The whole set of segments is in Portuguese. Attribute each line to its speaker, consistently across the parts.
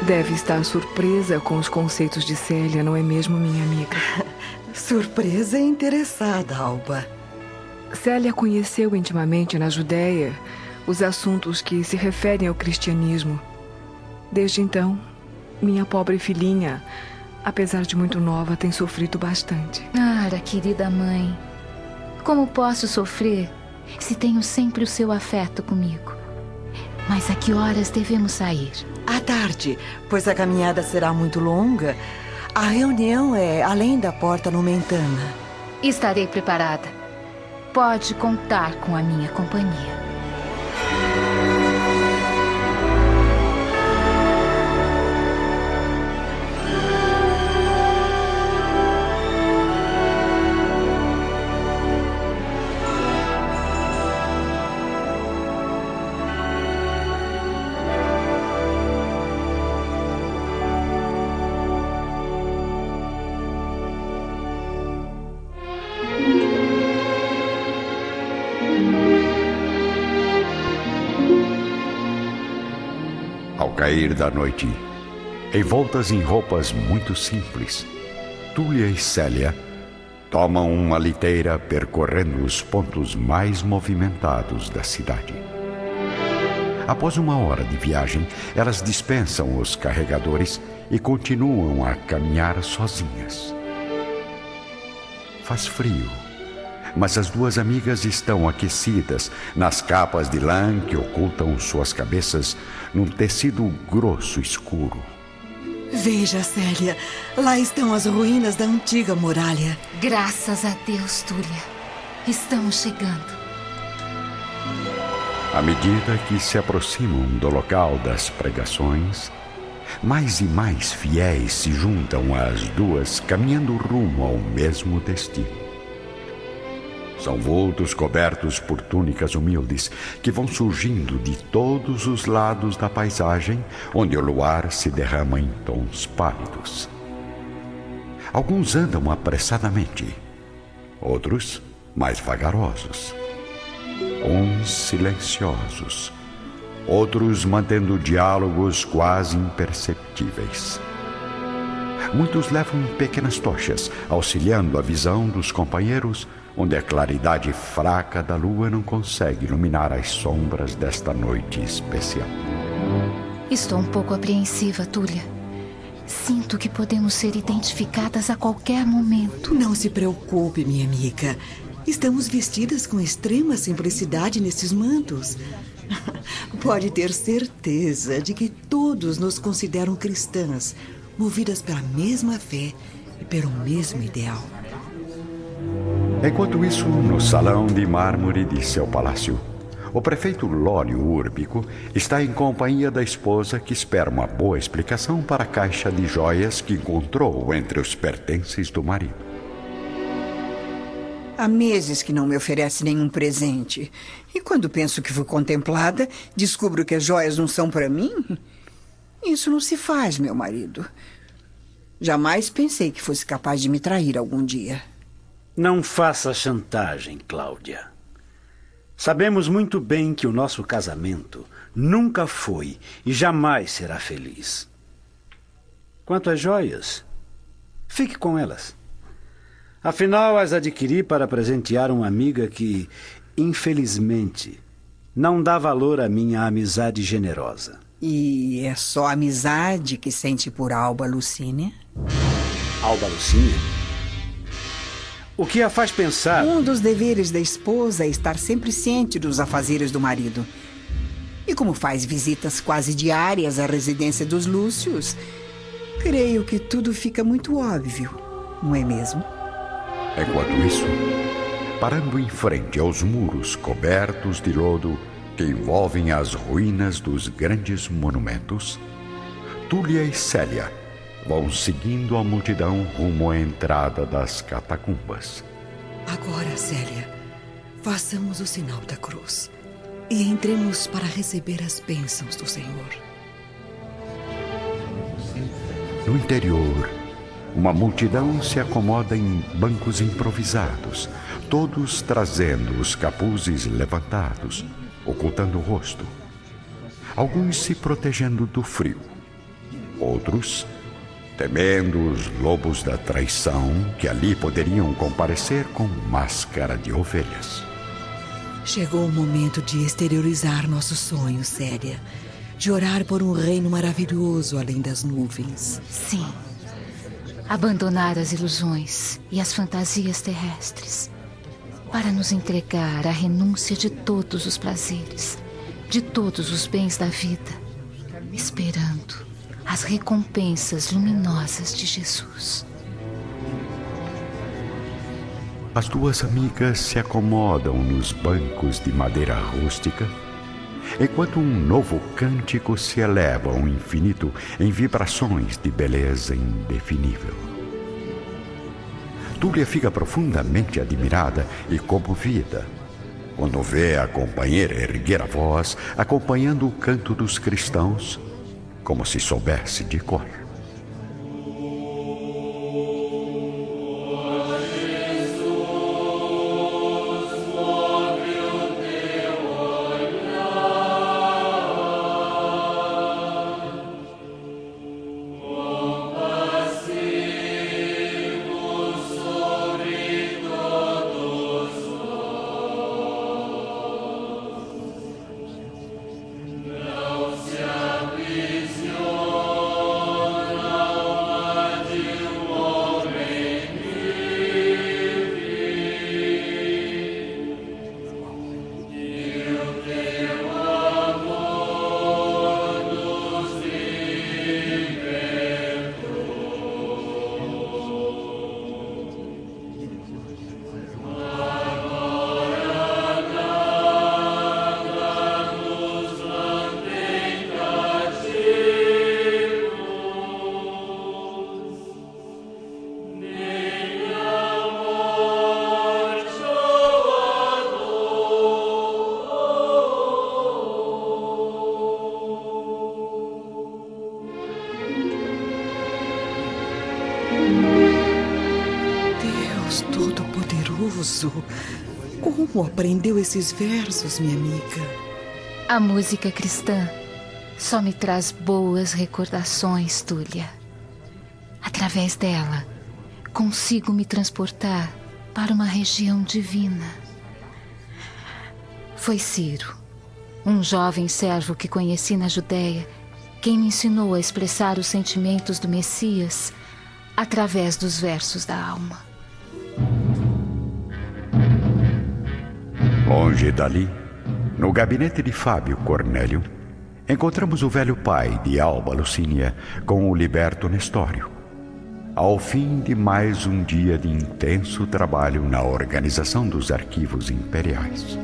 Speaker 1: Deve estar surpresa com os conceitos de Célia, não é mesmo, minha amiga?
Speaker 2: Surpresa e interessada, Alba.
Speaker 1: Célia conheceu intimamente na Judéia os assuntos que se referem ao cristianismo. Desde então, minha pobre filhinha, apesar de muito nova, tem sofrido bastante.
Speaker 3: Ara, querida mãe, como posso sofrer se tenho sempre o seu afeto comigo? Mas a que horas devemos sair?
Speaker 2: À tarde, pois a caminhada será muito longa. A reunião é além da porta Nomentana.
Speaker 3: Estarei preparada. Pode contar com a minha companhia.
Speaker 4: Ao cair da noite, envoltas em roupas muito simples, Túlia e Célia tomam uma liteira percorrendo os pontos mais movimentados da cidade. Após uma hora de viagem, elas dispensam os carregadores e continuam a caminhar sozinhas. Faz frio, mas as duas amigas estão aquecidas nas capas de lã que ocultam suas cabeças num tecido grosso escuro.
Speaker 2: Veja, Célia, lá estão as ruínas da antiga muralha.
Speaker 3: Graças a Deus, Túlia. Estamos chegando.
Speaker 4: À medida que se aproximam do local das pregações, mais e mais fiéis se juntam às duas, caminhando rumo ao mesmo destino. São vultos cobertos por túnicas humildes que vão surgindo de todos os lados da paisagem, onde o luar se derrama em tons pálidos. Alguns andam apressadamente, outros mais vagarosos. Uns silenciosos, outros mantendo diálogos quase imperceptíveis. Muitos levam pequenas tochas, auxiliando a visão dos companheiros, onde a claridade fraca da lua não consegue iluminar as sombras desta noite especial.
Speaker 3: Estou um pouco apreensiva, Túlia. Sinto que podemos ser identificadas a qualquer momento.
Speaker 2: Não se preocupe, minha amiga. Estamos vestidas com extrema simplicidade nesses mantos. Pode ter certeza de que todos nos consideram cristãs, movidas pela mesma fé e pelo mesmo ideal.
Speaker 4: Enquanto isso, no salão de mármore de seu palácio, o prefeito Lólio Úrbico está em companhia da esposa que espera uma boa explicação para a caixa de joias que encontrou entre os pertences do marido.
Speaker 5: Há meses que não me oferece nenhum presente. E quando penso que fui contemplada, descubro que as joias não são para mim? Isso não se faz, meu marido. Jamais pensei que fosse capaz de me trair algum dia.
Speaker 6: Não faça chantagem, Cláudia. Sabemos muito bem que o nosso casamento nunca foi e jamais será feliz. Quanto às joias, fique com elas. Afinal, as adquiri para presentear uma amiga que, infelizmente, não dá valor à minha amizade generosa.
Speaker 5: E é só amizade que sente por Alba Lucínia?
Speaker 6: Alba Lucínia? O que a faz pensar...
Speaker 5: Um dos deveres da esposa é estar sempre ciente dos afazeres do marido. E como faz visitas quase diárias à residência dos Lúcios, creio que tudo fica muito óbvio, não é mesmo?
Speaker 4: Enquanto isso, parando em frente aos muros cobertos de lodo que envolvem as ruínas dos grandes monumentos, Túlia e Célia vão seguindo a multidão rumo à entrada das catacumbas.
Speaker 2: Agora, Célia, façamos o sinal da cruz e entremos para receber as bênçãos do Senhor.
Speaker 4: No interior, uma multidão se acomoda em bancos improvisados, todos trazendo os capuzes levantados, ocultando o rosto. Alguns se protegendo do frio. Outros, temendo os lobos da traição que ali poderiam comparecer com máscara de ovelhas.
Speaker 2: Chegou o momento de exteriorizar nossos sonhos, Célia. De orar por um reino maravilhoso além das nuvens.
Speaker 3: Sim. Abandonar as ilusões e as fantasias terrestres para nos entregar à renúncia de todos os prazeres, de todos os bens da vida, esperando as recompensas luminosas de Jesus.
Speaker 4: As duas amigas se acomodam nos bancos de madeira rústica, enquanto um novo cântico se eleva ao infinito em vibrações de beleza indefinível. Túlia fica profundamente admirada e comovida quando vê a companheira erguer a voz, acompanhando o canto dos cristãos, como se soubesse de cor.
Speaker 2: Como aprendeu esses versos, minha amiga?
Speaker 3: A música cristã só me traz boas recordações, Túlia. Através dela, consigo me transportar para uma região divina. Foi Ciro, um jovem servo que conheci na Judéia, quem me ensinou a expressar os sentimentos do Messias através dos versos da alma.
Speaker 4: Longe dali, no gabinete de Fábio Cornélio, encontramos o velho pai de Alba Lucínia com o liberto Nestório, ao fim de mais um dia de intenso trabalho na organização dos arquivos imperiais.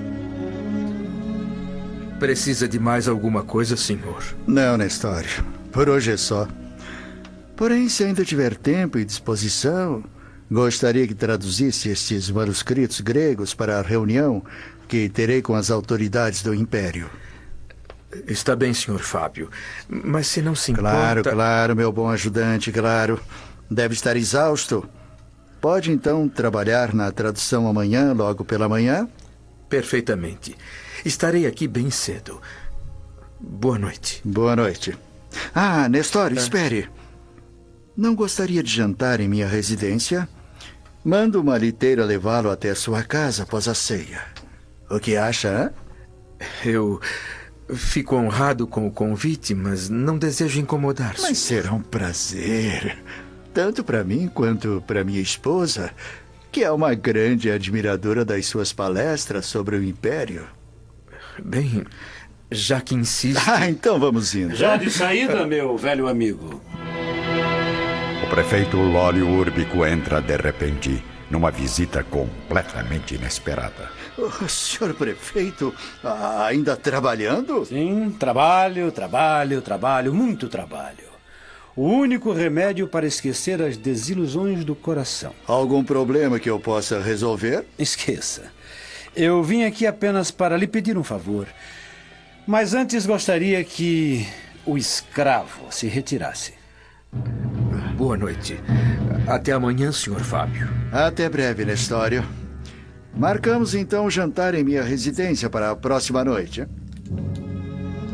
Speaker 7: Precisa de mais alguma coisa, senhor?
Speaker 8: Não, Nestório. Por hoje é só. Porém, se ainda tiver tempo e disposição, gostaria que traduzisse estes manuscritos gregos para a reunião que terei com as autoridades do Império.
Speaker 7: Está bem, senhor Fábio. Mas se não se importa...
Speaker 8: Claro, meu bom ajudante, claro. Deve estar exausto. Pode, então, trabalhar na tradução amanhã, logo pela manhã?
Speaker 7: Perfeitamente. Estarei aqui bem cedo. Boa noite.
Speaker 8: Boa noite. Ah, Nestório, espere. Não gostaria de jantar em minha residência? Mando uma liteira levá-lo até a sua casa após a ceia. O que acha, hein?
Speaker 7: Eu fico honrado com o convite, mas não desejo incomodar-se.
Speaker 8: Mas será um prazer, tanto para mim quanto para minha esposa, que é uma grande admiradora das suas palestras sobre o Império.
Speaker 7: Bem, já que insiste...
Speaker 8: Então vamos indo.
Speaker 6: Já de saída, meu velho amigo.
Speaker 4: O prefeito Lólio Úrbico entra de repente numa visita completamente inesperada.
Speaker 8: Senhor prefeito, ainda trabalhando?
Speaker 6: Sim, trabalho, muito trabalho. O único remédio para esquecer as desilusões do coração.
Speaker 8: Algum problema que eu possa resolver?
Speaker 6: Esqueça. Eu vim aqui apenas para lhe pedir um favor. Mas antes gostaria que o escravo se retirasse.
Speaker 7: Boa noite. Até amanhã, senhor Fábio.
Speaker 8: Até breve, Nestório. Marcamos então o jantar em minha residência para a próxima noite.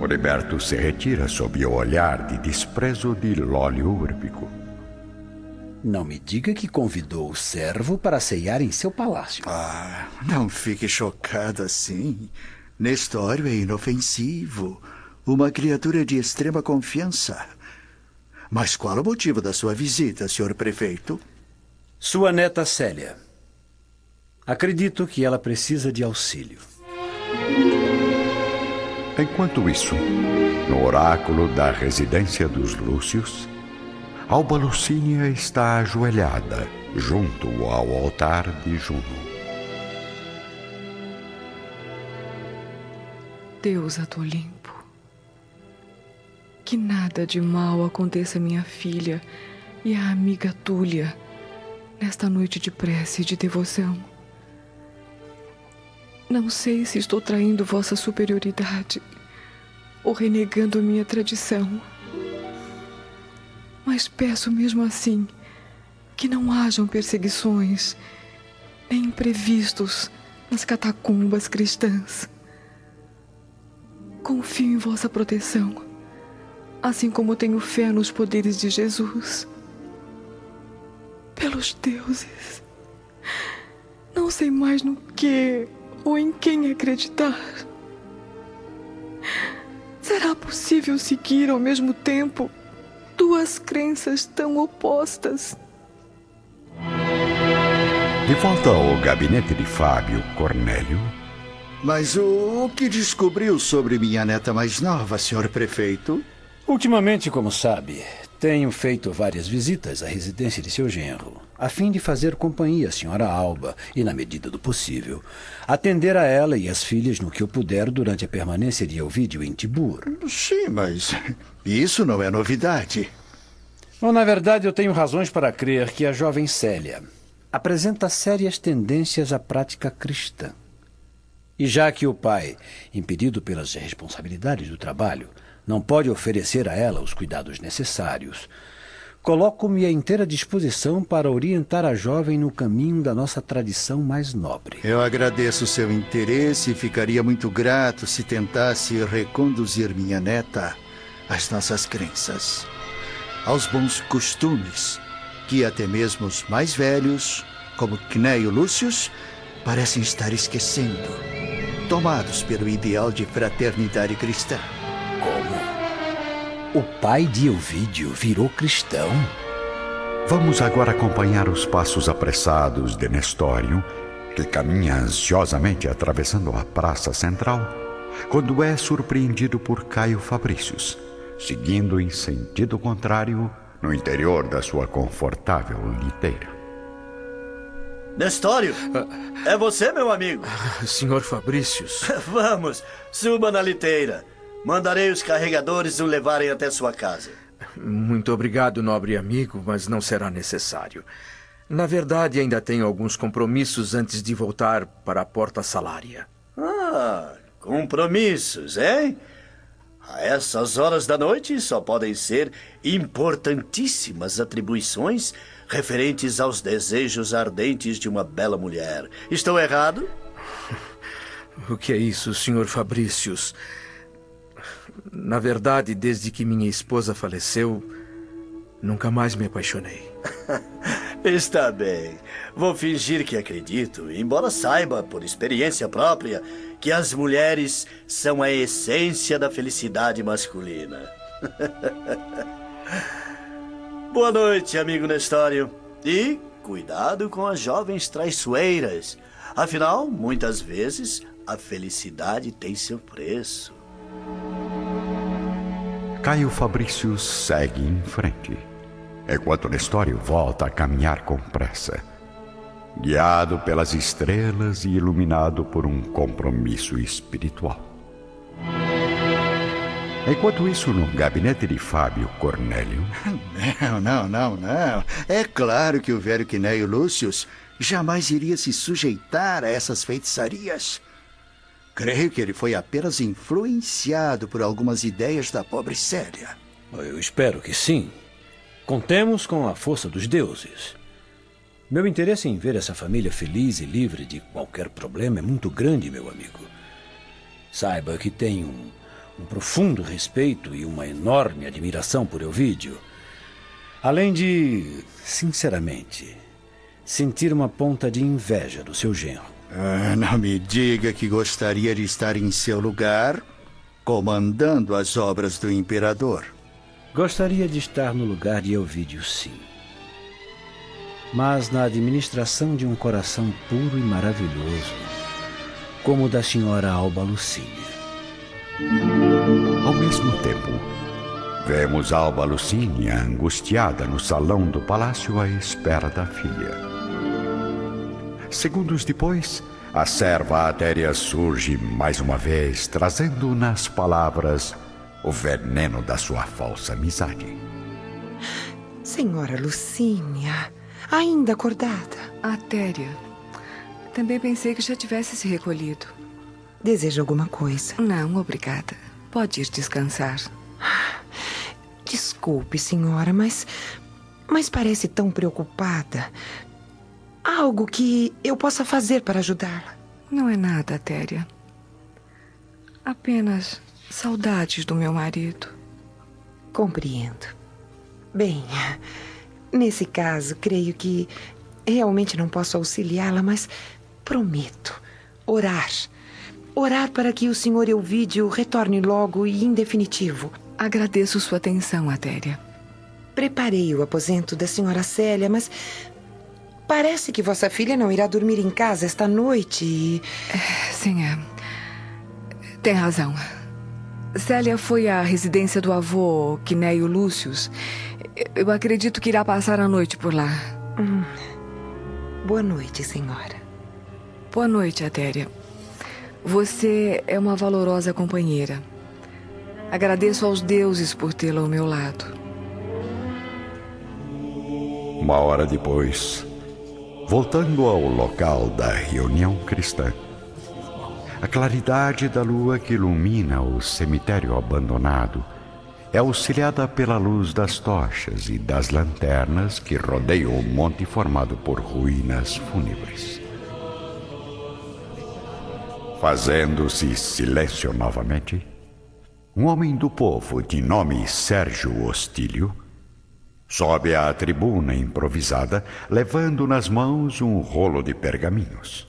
Speaker 4: Moriberto se retira sob o olhar de desprezo de Lólio Úrbico.
Speaker 6: Não me diga que convidou o servo para ceiar em seu palácio.
Speaker 8: Ah, não fique chocado assim. Nestório é inofensivo. Uma criatura de extrema confiança. Mas qual o motivo da sua visita, senhor prefeito?
Speaker 6: Sua neta Célia. Acredito que ela precisa de auxílio.
Speaker 4: Enquanto isso, no oráculo da residência dos Lúcios, Alba Lucínia está ajoelhada junto ao altar de Juno.
Speaker 1: Deus a do Olimpo, que nada de mal aconteça a minha filha e à amiga Túlia nesta noite de prece e de devoção. Não sei se estou traindo vossa superioridade ou renegando a minha tradição. Mas peço mesmo assim que não hajam perseguições nem imprevistos nas catacumbas cristãs. Confio em vossa proteção, assim como tenho fé nos poderes de Jesus. Pelos deuses, não sei mais no que ou em quem acreditar. Será possível seguir ao mesmo tempo duas crenças tão opostas?
Speaker 4: De volta ao gabinete de Fábio Cornélio.
Speaker 8: Mas o que descobriu sobre minha neta mais nova, senhor prefeito?
Speaker 6: Ultimamente, como sabe, tenho feito várias visitas à residência de seu genro, a fim de fazer companhia à senhora Alba e, na medida do possível, atender a ela e as filhas no que eu puder durante a permanência de Elvídio em Tibur.
Speaker 8: Sim, mas isso não é novidade.
Speaker 6: Bom, na verdade, eu tenho razões para crer que a jovem Célia apresenta sérias tendências à prática cristã. E já que o pai, impedido pelas responsabilidades do trabalho, não pode oferecer a ela os cuidados necessários, coloco-me à inteira disposição para orientar a jovem no caminho da nossa tradição mais nobre.
Speaker 8: Eu agradeço seu interesse e ficaria muito grato se tentasse reconduzir minha neta às nossas crenças, aos bons costumes, que até mesmo os mais velhos, como Cneio Lúcius, parecem estar esquecendo, tomados pelo ideal de fraternidade cristã.
Speaker 6: Como? O pai de Elvídio virou cristão?
Speaker 4: Vamos agora acompanhar os passos apressados de Nestório, que caminha ansiosamente atravessando a praça central, quando é surpreendido por Caio Fabrícios, seguindo em sentido contrário no interior da sua confortável liteira.
Speaker 9: Nestório, é você, meu amigo?
Speaker 7: Senhor Fabrícios.
Speaker 9: Vamos, suba na liteira. Mandarei os carregadores o levarem até sua casa.
Speaker 7: Muito obrigado, nobre amigo, mas não será necessário. Na verdade, ainda tenho alguns compromissos antes de voltar para a Porta Salária.
Speaker 9: Ah, compromissos, hein? A essas horas da noite só podem ser importantíssimas atribuições referentes aos desejos ardentes de uma bela mulher. Estou errado?
Speaker 7: O que é isso, senhor Fabrícios? Na verdade, desde que minha esposa faleceu, nunca mais me apaixonei.
Speaker 9: Está bem. Vou fingir que acredito, embora saiba, por experiência própria, que as mulheres são a essência da felicidade masculina. Boa noite, amigo Nestório. E cuidado com as jovens traiçoeiras. Afinal, muitas vezes, a felicidade tem seu preço.
Speaker 4: Caio Fabrícios segue em frente, enquanto Nestório volta a caminhar com pressa, guiado pelas estrelas e iluminado por um compromisso espiritual. Enquanto isso, no gabinete de Fábio Cornélio...
Speaker 8: Não. É claro que o velho Cneio Lúcius jamais iria se sujeitar a essas feitiçarias. Creio que ele foi apenas influenciado por algumas ideias da pobre Célia.
Speaker 6: Eu espero que sim. Contemos com a força dos deuses. Meu interesse em ver essa família feliz e livre de qualquer problema é muito grande, meu amigo. Saiba que tenho um profundo respeito e uma enorme admiração por Ovídio, além de, sinceramente, sentir uma ponta de inveja do seu genro.
Speaker 8: Não me diga que gostaria de estar em seu lugar, comandando as obras do imperador.
Speaker 6: Gostaria de estar no lugar de Ovídio, sim. Mas na administração de um coração puro e maravilhoso, como o da senhora Alba Lucínia.
Speaker 4: Ao mesmo tempo, vemos Alba Lucínia angustiada no salão do palácio à espera da filha. Segundos depois, a serva Atéria surge mais uma vez, trazendo nas palavras o veneno da sua falsa amizade.
Speaker 10: Senhora Lucínia, ainda acordada?
Speaker 1: Atéria, também pensei que já tivesse se recolhido.
Speaker 10: Deseja alguma coisa?
Speaker 1: Não, obrigada. Pode ir descansar.
Speaker 10: Desculpe, senhora, mas parece tão preocupada. Há algo que eu possa fazer para ajudá-la?
Speaker 1: Não é nada, Atéria. Apenas saudades do meu marido.
Speaker 10: Compreendo. Bem, nesse caso, creio que realmente não posso auxiliá-la, mas prometo orar. Orar para que o senhor Ovídio retorne logo e em definitivo.
Speaker 1: Agradeço sua atenção, Atéria.
Speaker 10: Preparei o aposento da senhora Célia, mas parece que vossa filha não irá dormir em casa esta noite e...
Speaker 1: Sim, tem razão. Célia foi à residência do avô, Quinéio Lúcius. Eu acredito que irá passar a noite por lá.
Speaker 10: Boa noite, senhora.
Speaker 1: Boa noite, Atéria. Você é uma valorosa companheira. Agradeço aos deuses por tê-la ao meu lado.
Speaker 4: Uma hora depois, voltando ao local da reunião cristã, a claridade da lua que ilumina o cemitério abandonado é auxiliada pela luz das tochas e das lanternas que rodeiam o monte formado por ruínas fúnebres. Fazendo-se silêncio novamente, um homem do povo de nome Sérgio Ostílio sobe à tribuna improvisada, levando nas mãos um rolo de pergaminhos.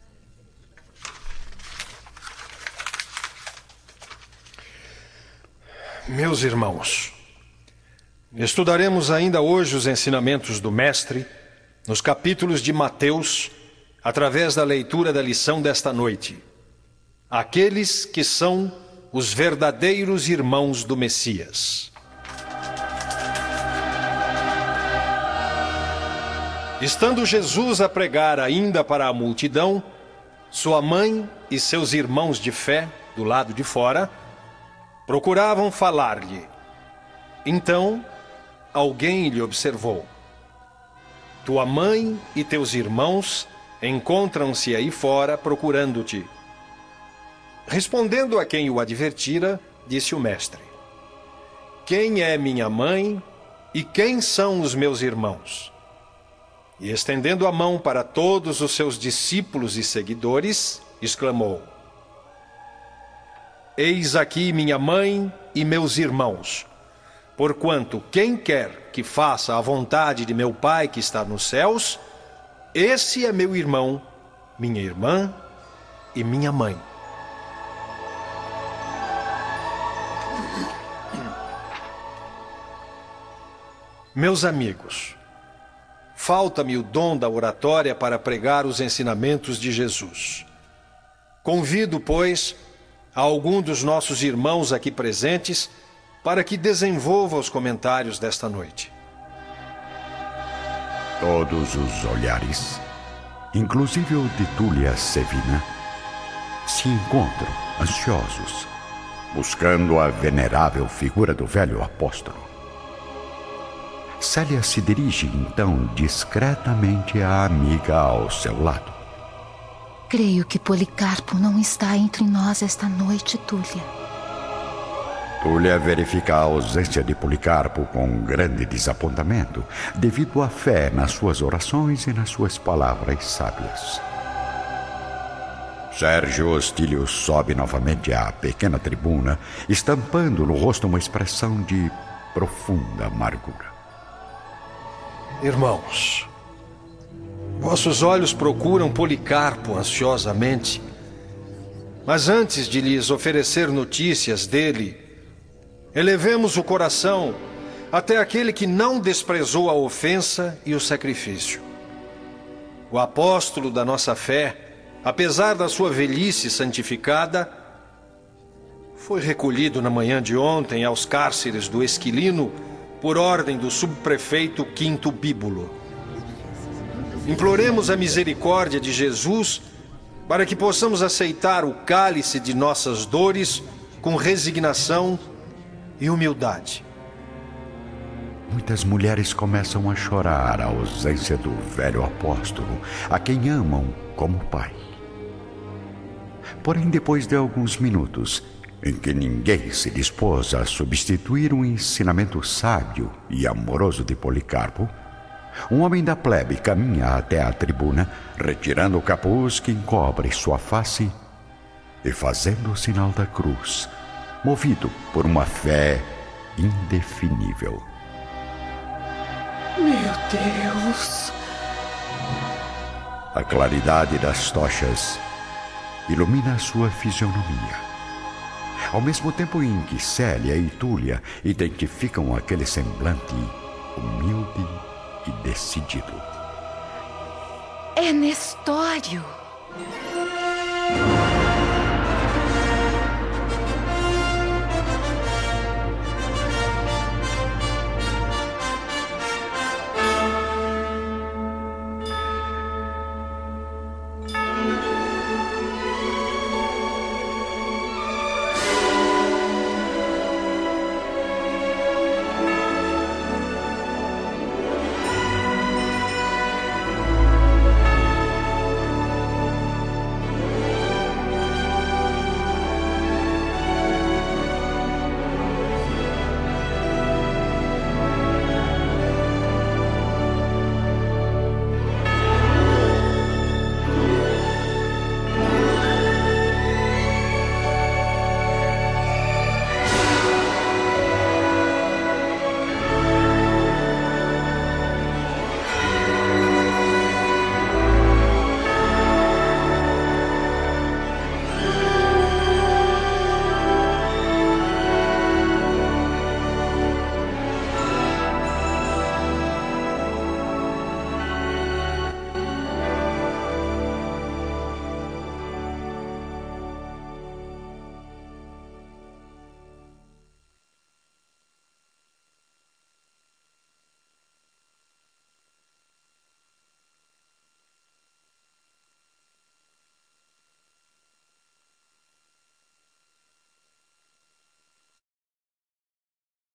Speaker 11: Meus irmãos, estudaremos ainda hoje os ensinamentos do Mestre nos capítulos de Mateus, através da leitura da lição desta noite. Aqueles que são os verdadeiros irmãos do Messias. Estando Jesus a pregar ainda para a multidão, sua mãe e seus irmãos de fé, do lado de fora, procuravam falar-lhe. Então, alguém lhe observou: tua mãe e teus irmãos encontram-se aí fora procurando-te. Respondendo a quem o advertira, disse o mestre: quem é minha mãe e quem são os meus irmãos? E estendendo a mão para todos os seus discípulos e seguidores, exclamou: eis aqui minha mãe e meus irmãos. Porquanto quem quer que faça a vontade de meu Pai que está nos céus, esse é meu irmão, minha irmã e minha mãe. Meus amigos, falta-me o dom da oratória para pregar os ensinamentos de Jesus. Convido, pois, a algum dos nossos irmãos aqui presentes para que desenvolva os comentários desta noite.
Speaker 4: Todos os olhares, inclusive o de Túlia Sevina, se encontram ansiosos, buscando a venerável figura do velho apóstolo. Célia se dirige então discretamente à amiga ao seu lado.
Speaker 3: Creio que Policarpo não está entre nós esta noite, Túlia.
Speaker 4: Túlia verifica a ausência de Policarpo com grande desapontamento, devido à fé nas suas orações e nas suas palavras sábias. Sérgio Ostílio sobe novamente à pequena tribuna, estampando no rosto uma expressão de profunda amargura.
Speaker 11: Irmãos, vossos olhos procuram Policarpo ansiosamente, mas antes de lhes oferecer notícias dele, elevemos o coração até aquele que não desprezou a ofensa e o sacrifício. O apóstolo da nossa fé, apesar da sua velhice santificada, foi recolhido na manhã de ontem aos cárceres do Esquilino por ordem do subprefeito Quinto Bíbulo. Imploremos a misericórdia de Jesus para que possamos aceitar o cálice de nossas dores com resignação e humildade.
Speaker 4: Muitas mulheres começam a chorar a ausência do velho apóstolo, a quem amam como pai. Porém, depois de alguns minutos, em que ninguém se dispôs a substituir um ensinamento sábio e amoroso de Policarpo, um homem da plebe caminha até a tribuna, retirando o capuz que encobre sua face e fazendo o sinal da cruz, movido por uma fé indefinível.
Speaker 10: Meu Deus!
Speaker 4: A claridade das tochas ilumina a sua fisionomia, ao mesmo tempo em que Célia e Túlia identificam aquele semblante humilde e decidido.
Speaker 3: É Nestório!